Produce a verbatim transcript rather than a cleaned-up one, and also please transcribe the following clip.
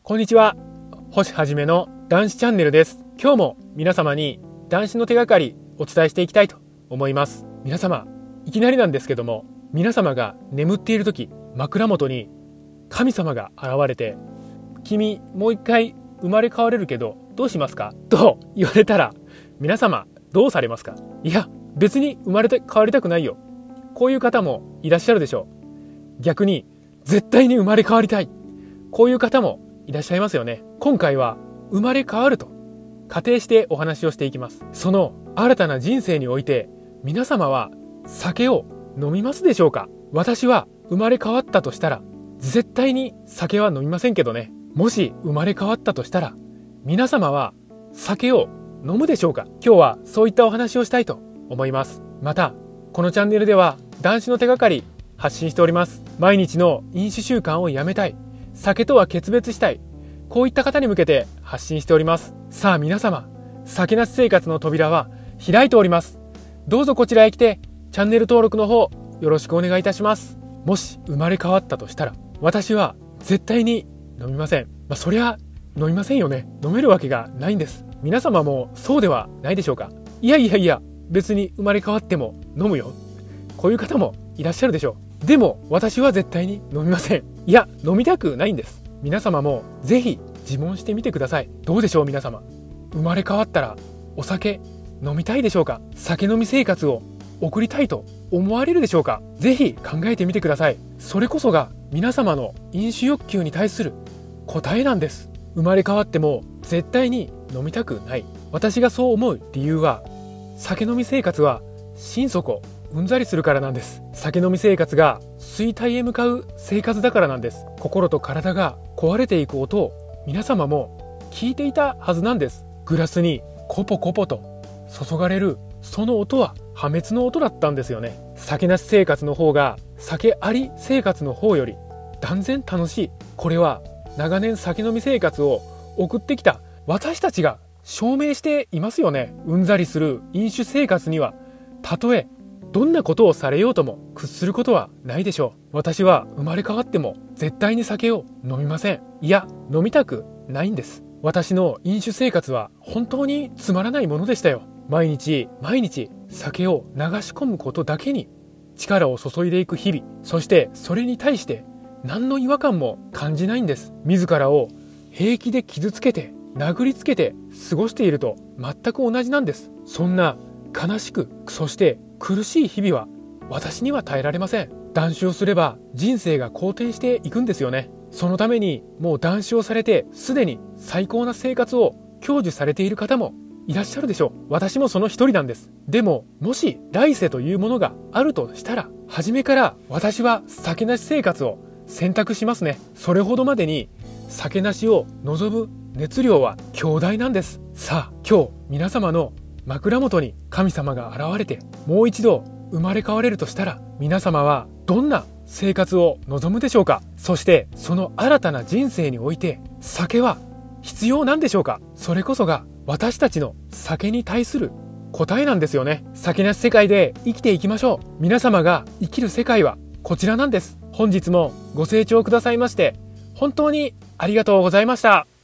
こんにちは。星はじめの男子チャンネルです。今日も皆様に男子の手がかりお伝えしていきたいと思います。皆様、いきなりなんですけども、皆様が眠っている時、枕元に神様が現れて、君もう一回生まれ変われるけどどうしますかと言われたら、皆様どうされますか？いや、別に生まれて変わりたくないよ。こういう方もいらっしゃるでしょう。逆に絶対に生まれ変わりたい。こういう方もいらっしゃいますよね。今回は生まれ変わると仮定してお話をしていきます。その新たな人生において、皆様は酒を飲みますでしょうか？私は生まれ変わったとしたら絶対に酒は飲みませんけどね。もし生まれ変わったとしたら皆様は酒を飲むでしょうか？今日はそういったお話をしたいと思います。またこのチャンネルでは男子の手がかり発信しております。毎日の飲酒習慣をやめたい、酒とは決別したい、こういった方に向けて発信しております。さあ皆様、酒なし生活の扉は開いております。どうぞこちらへ来てチャンネル登録の方よろしくお願いいたします。もし生まれ変わったとしたら私は絶対に飲みません。まあそりゃ飲みませんよね。飲めるわけがないんです。皆様もそうではないでしょうか？いやいやいや、別に生まれ変わっても飲むよ。こういう方もいらっしゃるでしょう。でも私は絶対に飲みません。いや、飲みたくないんです。皆様もぜひ自問してみてください。どうでしょう皆様、生まれ変わったらお酒飲みたいでしょうか？酒飲み生活を送りたいと思われるでしょうか？ぜひ考えてみてください。それこそが皆様の飲酒欲求に対する答えなんです。生まれ変わっても絶対に飲みたくない。私がそう思う理由は、酒飲み生活は心底うんざりするからなんです。酒飲み生活が衰退へ向かう生活だからなんです。心と体が壊れていく音を皆様も聞いていたはずなんです。グラスにコポコポと注がれるその音は破滅の音だったんですよね。酒なし生活の方が酒あり生活の方より断然楽しい。これは長年酒飲み生活を送ってきた私たちが証明していますよね。うんざりする飲酒生活にはたとえどんなことをされようとも屈することはないでしょう。私は生まれ変わっても絶対に酒を飲みません。いや、飲みたくないんです。私の飲酒生活は本当につまらないものでしたよ。毎日毎日酒を流し込むことだけに力を注いでいく日々、そしてそれに対して何の違和感も感じないんです。自らを平気で傷つけて殴りつけて過ごしていると全く同じなんです。そんな悲しく、そして苦しい日々は私には耐えられません。断酒をすれば人生が好転していくんですよね。そのためにもう断酒をされてすでに最高な生活を享受されている方もいらっしゃるでしょう。私もその一人なんです。でももし来世というものがあるとしたら、初めから私は酒なし生活を選択しますね。それほどまでに酒なしを望む熱量は強大なんです。さあ今日皆様の枕元に神様が現れてもう一度生まれ変われるとしたら、皆様はどんな生活を望むでしょうか？そしてその新たな人生において酒は必要なんでしょうか？それこそが私たちの酒に対する答えなんですよね。酒なし世界で生きていきましょう。皆様が生きる世界はこちらなんです。本日もご清聴くださいまして本当にありがとうございました。